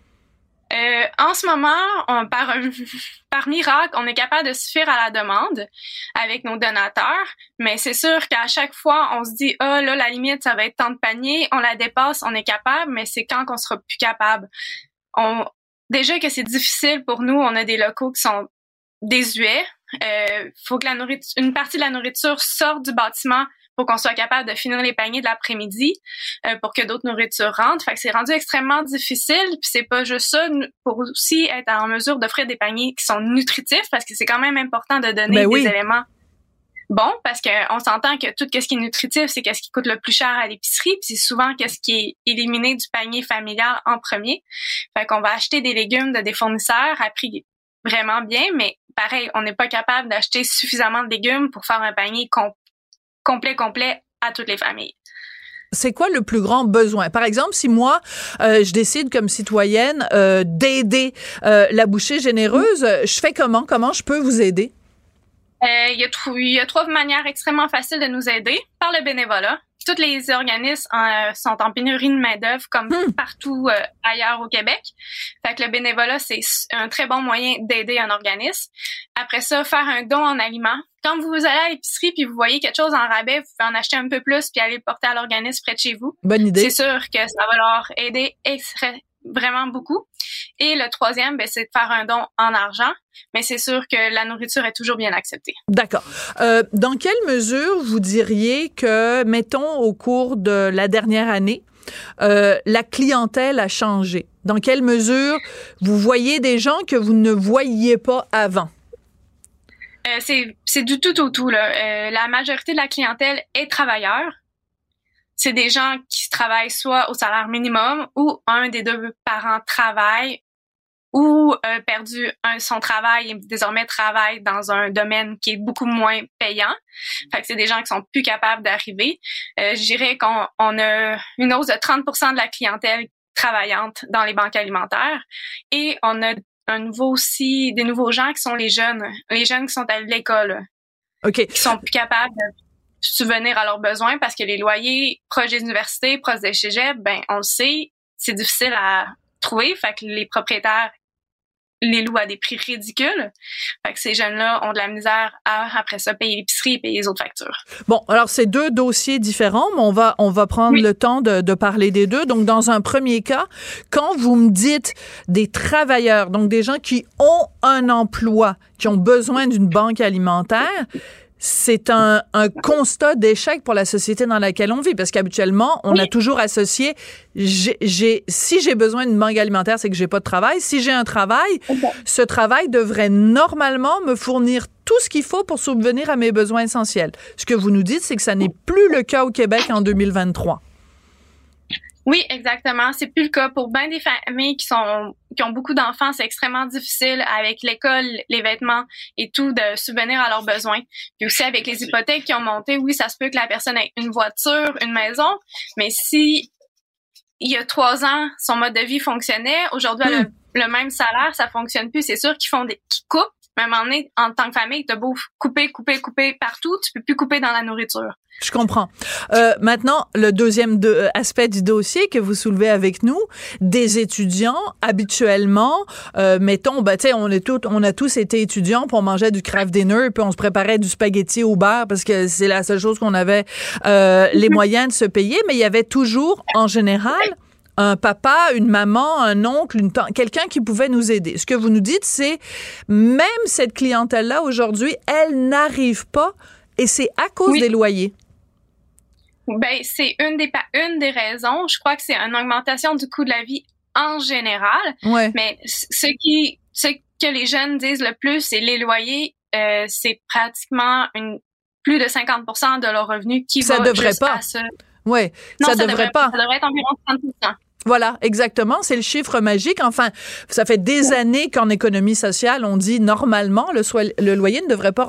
En ce moment, par miracle, on est capable de suffire à la demande avec nos donateurs, mais c'est sûr qu'à chaque fois, on se dit « Ah, là, la limite, ça va être tant de paniers, on la dépasse, on est capable, mais c'est quand qu'on sera plus capable. » Déjà que c'est difficile pour nous, on a des locaux qui sont désuets. Faut que une partie de la nourriture sorte du bâtiment pour qu'on soit capable de finir les paniers de l'après-midi, pour que d'autres nourritures rentrent. Fait que c'est rendu extrêmement difficile, puis c'est pas juste ça, pour aussi être en mesure d'offrir des paniers qui sont nutritifs, parce que c'est quand même important de donner des éléments bons, parce qu'on s'entend que tout ce qui est nutritif, c'est ce qui coûte le plus cher à l'épicerie, puis c'est souvent ce qui est éliminé du panier familial en premier. Fait qu'on va acheter des légumes de des fournisseurs à prix vraiment bien, mais pareil, on n'est pas capable d'acheter suffisamment de légumes pour faire un panier complet à toutes les familles. C'est quoi le plus grand besoin? Par exemple, si moi, je décide comme citoyenne d'aider La Bouchée Généreuse, je fais comment? Comment je peux vous aider? Il y a 3 manières extrêmement faciles de nous aider. Par le bénévolat. Tous les organismes sont en pénurie de main-d'œuvre comme partout ailleurs au Québec. Fait que le bénévolat, c'est un très bon moyen d'aider un organisme. Après ça, faire un don en aliments. Quand vous allez à l'épicerie puis vous voyez quelque chose en rabais, vous pouvez en acheter un peu plus puis aller le porter à l'organisme près de chez vous. Bonne idée. C'est sûr que ça va leur aider vraiment beaucoup. Et le 3e, c'est de faire un don en argent, mais c'est sûr que la nourriture est toujours bien acceptée. D'accord. Dans quelle mesure vous diriez que, mettons, au cours de la dernière année, la clientèle a changé? Dans quelle mesure vous voyez des gens que vous ne voyiez pas avant? C'est du tout au tout, là. La majorité de la clientèle est travailleur. C'est des gens qui travaillent soit au salaire minimum ou un des 2 parents travaille ou perdu son travail et désormais travaille dans un domaine qui est beaucoup moins payant. Fait que c'est des gens qui sont plus capables d'arriver. Je dirais qu'on a une hausse de 30% de la clientèle travaillante dans les banques alimentaires et on a des nouveaux gens qui sont les jeunes qui sont à l'école. OK. Qui sont plus capables de subvenir à leurs besoins parce que les loyers proches des universités, proches des cégeps, on le sait, c'est difficile à trouver. Fait que les propriétaires les louent à des prix ridicules. Fait que ces jeunes-là ont de la misère à, après ça, payer l'épicerie et payer les autres factures. Bon, alors c'est 2 dossiers différents, mais on va prendre le temps de parler des 2. Donc, dans un premier cas, quand vous me dites des travailleurs, donc des gens qui ont un emploi, qui ont besoin d'une banque alimentaire, c'est un constat d'échec pour la société dans laquelle on vit, parce qu'habituellement, on a toujours associé si j'ai besoin d'une banque alimentaire, c'est que j'ai pas de travail. Si j'ai un travail, ce travail devrait normalement me fournir tout ce qu'il faut pour subvenir à mes besoins essentiels. Ce que vous nous dites, c'est que ça n'est plus le cas au Québec en 2023. Oui, exactement. C'est plus le cas pour bien des familles qui ont beaucoup d'enfants. C'est extrêmement difficile avec l'école, les vêtements et tout de subvenir à leurs besoins. Puis aussi avec les hypothèques qui ont monté, oui, ça se peut que la personne ait une voiture, une maison, mais si il y a 3 ans, son mode de vie fonctionnait, aujourd'hui, elle a le même salaire, ça fonctionne plus. C'est sûr qu'ils coupent. Mais à un moment donné, en tant que famille, t'as beau couper partout, tu peux plus couper dans la nourriture. Je comprends. Maintenant, le deuxième aspect du dossier que vous soulevez avec nous, des étudiants, habituellement, mettons, on a tous été étudiants, puis on mangeait du Kraft Dinner, puis on se préparait du spaghetti au beurre, parce que c'est la seule chose qu'on avait les moyens de se payer, mais il y avait toujours, en général, un papa, une maman, un oncle, une tante, quelqu'un qui pouvait nous aider. Ce que vous nous dites, c'est même cette clientèle-là, aujourd'hui, elle n'arrive pas, et c'est à cause des loyers. C'est une des raisons. Je crois que c'est une augmentation du coût de la vie en général. Ouais. Mais ce que les jeunes disent le plus, c'est les loyers. C'est pratiquement plus de 50% de leur revenu qui va juste à ça. Oui, ça devrait pas. Ça devrait être environ 30%. Voilà, exactement. C'est le chiffre magique. Enfin, ça fait des années qu'en économie sociale, on dit normalement, le loyer ne devrait pas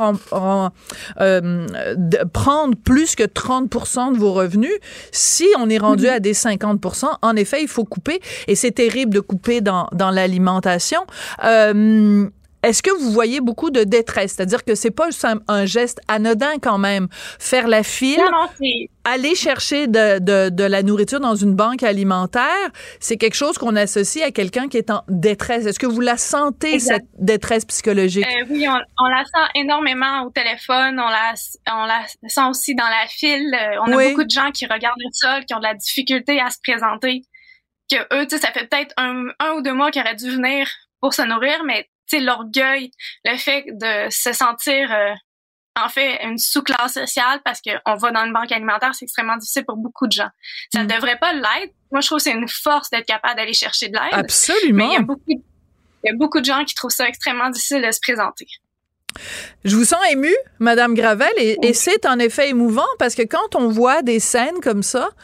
prendre plus que 30% de vos revenus. Si on est rendu à des 50%, en effet, il faut couper. Et c'est terrible de couper dans l'alimentation. Est-ce que vous voyez beaucoup de détresse? C'est-à-dire que c'est pas un geste anodin quand même. Faire la file, aller chercher de la nourriture dans une banque alimentaire, c'est quelque chose qu'on associe à quelqu'un qui est en détresse. Est-ce que vous la sentez, cette détresse psychologique? Oui, on la sent énormément au téléphone. On la sent aussi dans la file. On a beaucoup de gens qui regardent le sol, qui ont de la difficulté à se présenter. Que eux, ça fait peut-être un ou 2 mois qu'ils auraient dû venir pour se nourrir, mais l'orgueil, le fait de se sentir en fait une sous-classe sociale parce qu'on va dans une banque alimentaire, c'est extrêmement difficile pour beaucoup de gens. Ça devrait pas l'être. Moi, je trouve que c'est une force d'être capable d'aller chercher de l'aide. Absolument. Mais il y a beaucoup de gens qui trouvent ça extrêmement difficile de se présenter. Je vous sens émue, Madame Gravel, et c'est en effet émouvant parce que quand on voit des scènes comme ça,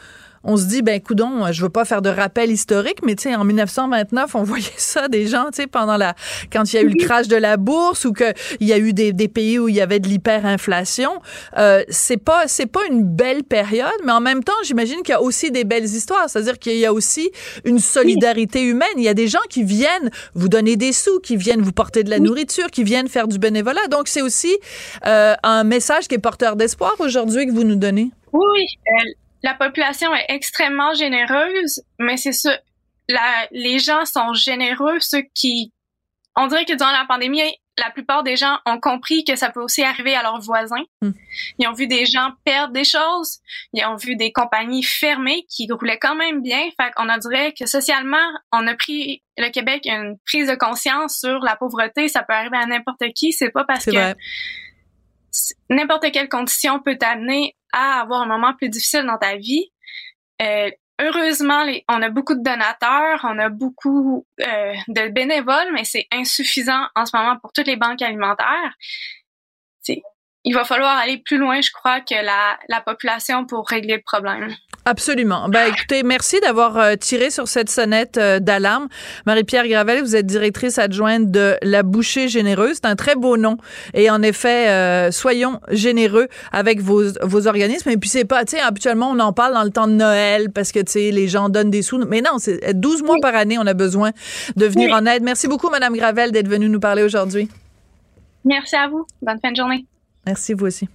on se dit, ben coudonc, je veux pas faire de rappel historique, mais tu sais, en 1929, on voyait ça, des gens, tu sais, quand il y a eu le crash de la bourse ou qu'il y a eu des pays où il y avait de l'hyperinflation. C'est pas une belle période, mais en même temps, j'imagine qu'il y a aussi des belles histoires. C'est-à-dire qu'il y a aussi une solidarité humaine. Il y a des gens qui viennent vous donner des sous, qui viennent vous porter de la nourriture, qui viennent faire du bénévolat. Donc, c'est aussi un message qui est porteur d'espoir aujourd'hui que vous nous donnez. Oui, la population est extrêmement généreuse, mais c'est ça. Les gens sont généreux, on dirait que durant la pandémie, la plupart des gens ont compris que ça peut aussi arriver à leurs voisins. Ils ont vu des gens perdre des choses. Ils ont vu des compagnies fermées qui roulaient quand même bien. Fait qu'on dirait que socialement, on a pris le Québec une prise de conscience sur la pauvreté. Ça peut arriver à n'importe qui. C'est pas parce que n'importe quelle condition peut t'amener à avoir un moment plus difficile dans ta vie. Heureusement, on a beaucoup de donateurs, on a beaucoup de bénévoles, mais c'est insuffisant en ce moment pour toutes les banques alimentaires. Il va falloir aller plus loin, je crois, que la population pour régler le problème. Absolument. Ben, écoutez, merci d'avoir tiré sur cette sonnette d'alarme. Marie-Pierre Gravel, vous êtes directrice adjointe de La Bouchée Généreuse. C'est un très beau nom. Et en effet, soyons généreux avec vos organismes. Et puis, c'est pas, tu sais, habituellement, on en parle dans le temps de Noël parce que, tu sais, les gens donnent des sous. Mais non, c'est 12 mois par année, on a besoin de venir en aide. Merci beaucoup, Madame Gravel, d'être venue nous parler aujourd'hui. Merci à vous. Bonne fin de journée. Merci, vous aussi.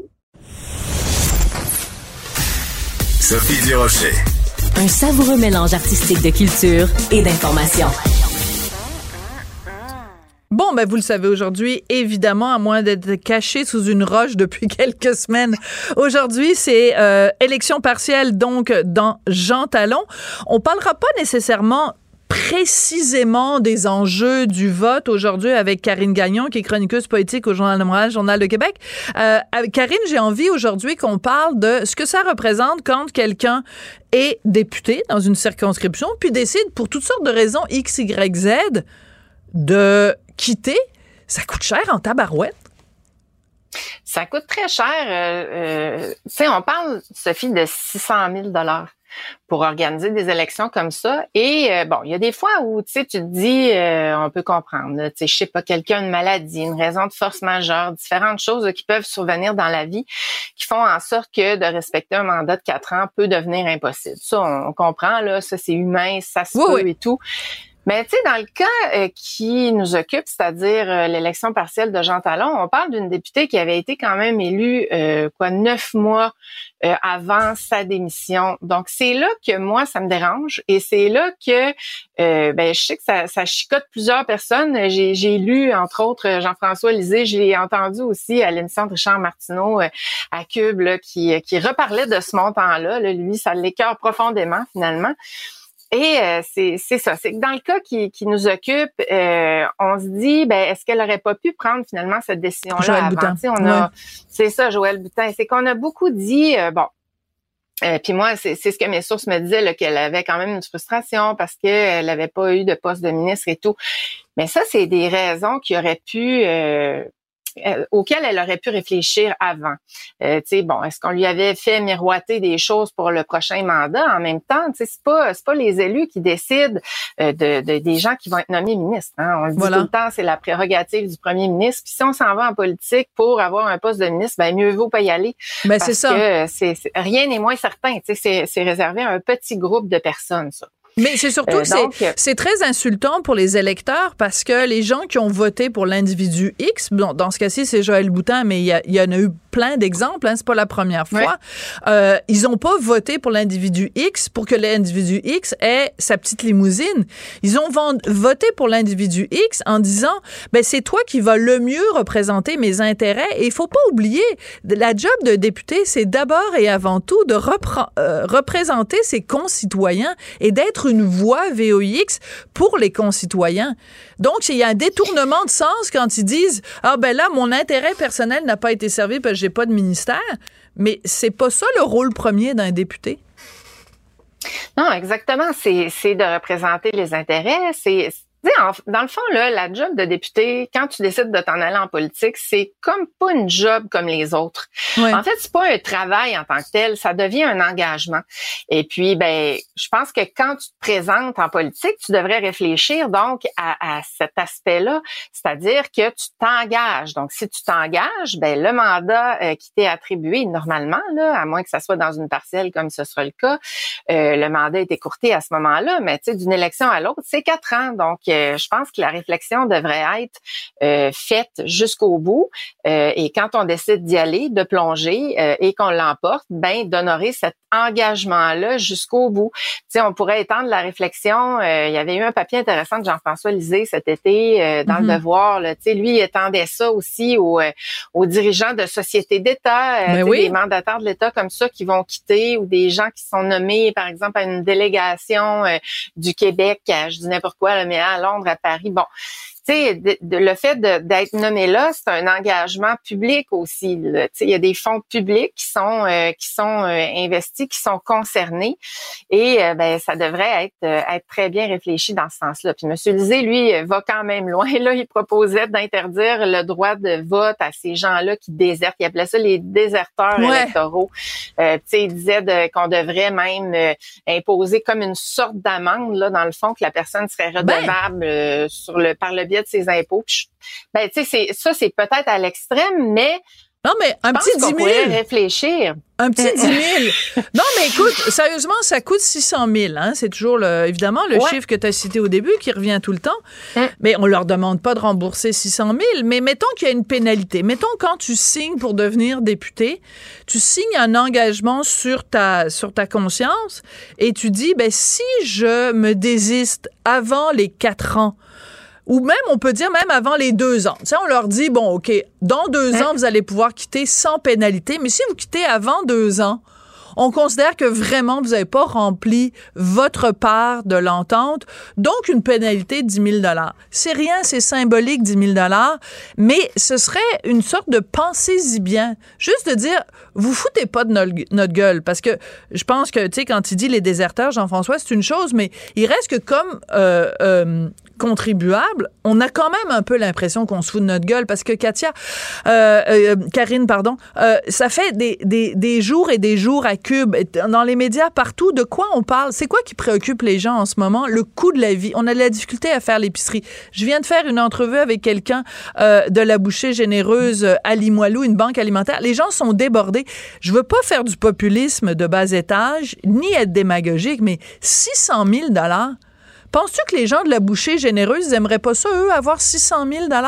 Sophie Durocher. Un savoureux mélange artistique de culture et d'information. Bon, ben vous le savez aujourd'hui, évidemment, à moins d'être caché sous une roche depuis quelques semaines. Aujourd'hui, c'est élection partielle, donc, dans Jean Talon. On parlera pas nécessairement précisément des enjeux du vote aujourd'hui avec Karine Gagnon, qui est chroniqueuse politique au Journal de Montréal, Journal de Québec. Karine, j'ai envie aujourd'hui qu'on parle de ce que ça représente quand quelqu'un est député dans une circonscription, puis décide pour toutes sortes de raisons X, Y, Z de quitter. Ça coûte cher en tabarouette. Ça coûte très cher. Tu sais, on parle, Sophie, de 600 000 $ pour organiser des élections comme ça. Et bon, il y a des fois où tu te dis, on peut comprendre, tu sais, je sais pas, quelqu'un, une maladie, une raison de force majeure, différentes choses qui peuvent survenir dans la vie qui font en sorte que de respecter un mandat de 4 ans peut devenir impossible. Ça, on comprend, là, ça c'est humain, ça se peut et tout. Mais tu sais, dans le cas qui nous occupe, c'est-à-dire l'élection partielle de Jean Talon, on parle d'une députée qui avait été quand même élue 9 mois avant sa démission. Donc c'est là que moi ça me dérange et c'est là que je sais que ça chicote plusieurs personnes. J'ai lu entre autres Jean-François Lisée, j'ai entendu aussi à l'émission de Richard Martineau à Cube là, qui reparlait de ce montant-là. Là, lui, ça l'écœure profondément finalement. Et c'est ça, c'est que dans le cas qui nous occupe, on se dit, est-ce qu'elle aurait pas pu prendre finalement cette décision-là Joël avant? C'est ça, Joël Boutin. C'est qu'on a beaucoup dit, puis moi, c'est ce que mes sources me disaient, là, qu'elle avait quand même une frustration parce qu'elle avait pas eu de poste de ministre et tout. Mais ça, c'est des raisons qui auraient pu auquel elle aurait pu réfléchir avant. Tu sais, bon, est-ce qu'on lui avait fait miroiter des choses pour le prochain mandat? En même temps, tu sais, c'est pas les élus qui décident des gens qui vont être nommés ministres. Hein? On le dit tout le temps, c'est la prérogative du premier ministre. Puis si on s'en va en politique pour avoir un poste de ministre, mieux vaut pas y aller. Parce c'est ça. Que rien n'est moins certain. Tu sais, c'est réservé à un petit groupe de personnes, ça. Mais c'est surtout que c'est très insultant pour les électeurs parce que les gens qui ont voté pour l'individu X, bon, dans ce cas-ci, c'est Joël Boutin, mais il y en a eu plein d'exemples, hein, c'est pas la première fois. Ils ont pas voté pour l'individu X pour que l'individu X ait sa petite limousine. Ils ont voté pour l'individu X en disant, c'est toi qui vas le mieux représenter mes intérêts. Et il faut pas oublier, la job de député, c'est d'abord et avant tout de représenter ses concitoyens et d'être une voix VOX pour les concitoyens. Donc, il y a un détournement de sens quand ils disent « Ah, là, mon intérêt personnel n'a pas été servi parce que j'ai pas de ministère. » Mais c'est pas ça le rôle premier d'un député. Non, exactement. C'est de représenter les intérêts. Dans le fond, là, la job de député, quand tu décides de t'en aller en politique, c'est comme pas une job comme les autres. Ouais. En fait, c'est pas un travail en tant que tel, ça devient un engagement. Et puis, je pense que quand tu te présentes en politique, tu devrais réfléchir donc à cet aspect-là, c'est-à-dire que tu t'engages. Donc, si tu t'engages, le mandat qui t'est attribué normalement, là, à moins que ça soit dans une parcelle comme ce sera le cas, le mandat est écourté à ce moment-là, mais tu sais, d'une élection à l'autre, c'est 4 ans. Donc, je pense que la réflexion devrait être faite jusqu'au bout. Et quand on décide d'y aller, de plonger et qu'on l'emporte, d'honorer cet engagement-là jusqu'au bout. Tu sais, on pourrait étendre la réflexion. Il y avait eu un papier intéressant de Jean-François Lisée cet été dans Le Devoir. Tu sais, lui, il étendait ça aussi aux dirigeants de sociétés d'État, des mandataires de l'État comme ça qui vont quitter ou des gens qui sont nommés, par exemple, à une délégation du Québec, je dis n'importe quoi, là, mais à Londres, à Paris. Bon, tu sais, le fait d'être nommé là, c'est un engagement public aussi. Tu sais, il y a des fonds publics qui sont investis, qui sont concernés, et ça devrait être très bien réfléchi dans ce sens-là. Puis M. Lisée, lui, va quand même loin. Là, il proposait d'interdire le droit de vote à ces gens-là qui désertent. Il appelait ça les déserteurs électoraux. Tu sais, il disait qu'on devrait même imposer comme une sorte d'amende là, dans le fond, que la personne serait redevable par le biais de ses impôts. Tu sais, c'est peut-être à l'extrême, mais non, mais un petit 10 000. Pourrait réfléchir. Un petit 10 000. Non, mais écoute, sérieusement, ça coûte 600 000. Hein? C'est toujours, évidemment, le chiffre que tu as cité au début qui revient tout le temps. Mais on leur demande pas de rembourser 600 000. Mais mettons qu'il y a une pénalité. Mettons quand tu signes pour devenir député, tu signes un engagement sur ta conscience et tu dis, si je me désiste avant les 4 ans, ou même, on peut dire même avant les 2 ans. Tu sais, on leur dit, bon, OK, dans 2 ans, vous allez pouvoir quitter sans pénalité. Mais si vous quittez avant 2 ans, on considère que vraiment, vous n'avez pas rempli votre part de l'entente. Donc, une pénalité de 10 000 $. C'est rien, c'est symbolique, 10 000 $. Mais ce serait une sorte de pensez-y bien. Juste de dire, vous foutez pas de notre gueule. Parce que je pense que, tu sais, quand il dit les déserteurs, Jean-François, c'est une chose, mais il reste que comme contribuable, on a quand même un peu l'impression qu'on se fout de notre gueule parce que Karine, ça fait des jours et des jours à Cube, dans les médias partout, de quoi on parle? C'est quoi qui préoccupe les gens en ce moment? Le coût de la vie. On a de la difficulté à faire l'épicerie. Je viens de faire une entrevue avec quelqu'un de la Bouchée Généreuse à Limoilou, une banque alimentaire. Les gens sont débordés. Je veux pas faire du populisme de bas étage, ni être démagogique, mais 600 000 $. Penses-tu que les gens de la Bouchée Généreuse, ils aimeraient pas ça, eux, avoir 600 000 $?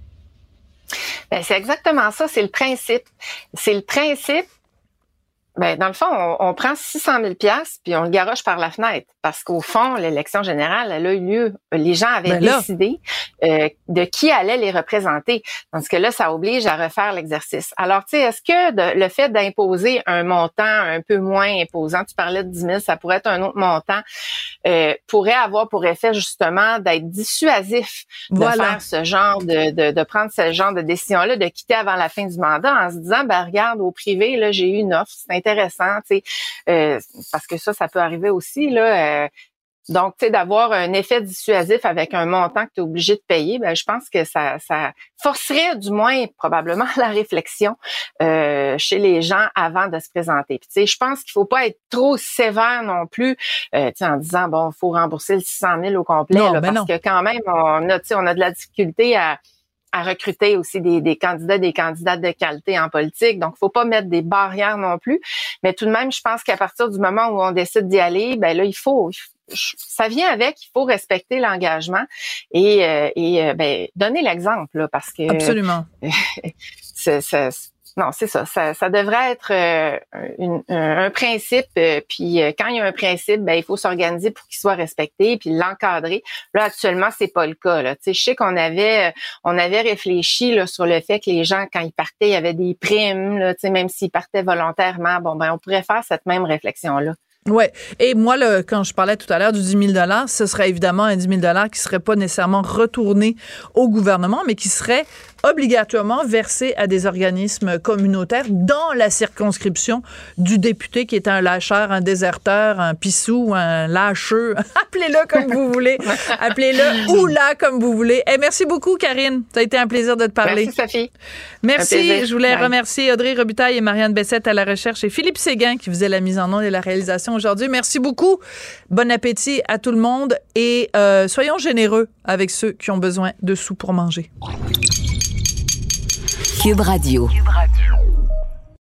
C'est exactement ça, c'est le principe. C'est le principe. Dans le fond, on prend 600 000 $ puis on le garoche par la fenêtre. Parce qu'au fond, l'élection générale, elle a eu lieu. Les gens avaient décidé de qui allait les représenter. Parce que là, ça oblige à refaire l'exercice. Alors, tu sais, est-ce que le fait d'imposer un montant un peu moins imposant, tu parlais de 10 000, ça pourrait être un autre montant, pourrait avoir pour effet justement d'être dissuasif de faire ce genre de prendre ce genre de décision-là, de quitter avant la fin du mandat en se disant, regarde, au privé, là, j'ai eu une offre, c'est intéressant, tu sais, parce que ça peut arriver aussi, là. Donc, tu sais, d'avoir un effet dissuasif avec un montant que tu es obligé de payer, je pense que ça forcerait du moins probablement la réflexion chez les gens avant de se présenter. Puis, tu sais, je pense qu'il faut pas être trop sévère non plus, tu sais, en disant, bon, il faut rembourser le 600 000 au complet, parce que quand même, on a de la difficulté à recruter aussi des candidats, des candidates de qualité en politique. Donc, faut pas mettre des barrières non plus. Mais tout de même, je pense qu'à partir du moment où on décide d'y aller, là, ça vient avec, il faut respecter l'engagement et donner l'exemple, là, parce que... Absolument. Non, c'est ça. Ça devrait être un principe. Puis quand il y a un principe, il faut s'organiser pour qu'il soit respecté, puis l'encadrer. Là, actuellement, c'est pas le cas. Là. Tu sais, je sais qu'on avait réfléchi là sur le fait que les gens, quand ils partaient, il y avait des primes. Là, tu sais, même s'ils partaient volontairement, on pourrait faire cette même réflexion-là. Ouais. Et moi, quand je parlais tout à l'heure du 10 000 $, ce serait évidemment un 10 000 $ qui serait pas nécessairement retourné au gouvernement, mais qui serait obligatoirement versés à des organismes communautaires dans la circonscription du député qui est un lâcheur, un déserteur, un pissou, un lâcheux. Appelez-le comme vous voulez. Appelez-le ou là comme vous voulez. Et merci beaucoup, Karine. Ça a été un plaisir de te parler. Merci, Sophie. Merci. Je voulais remercier Audrey Robitaille et Marianne Bessette à la recherche et Philippe Séguin qui faisait la mise en onde et la réalisation aujourd'hui. Merci beaucoup. Bon appétit à tout le monde et soyons généreux avec ceux qui ont besoin de sous pour manger. Cube Radio.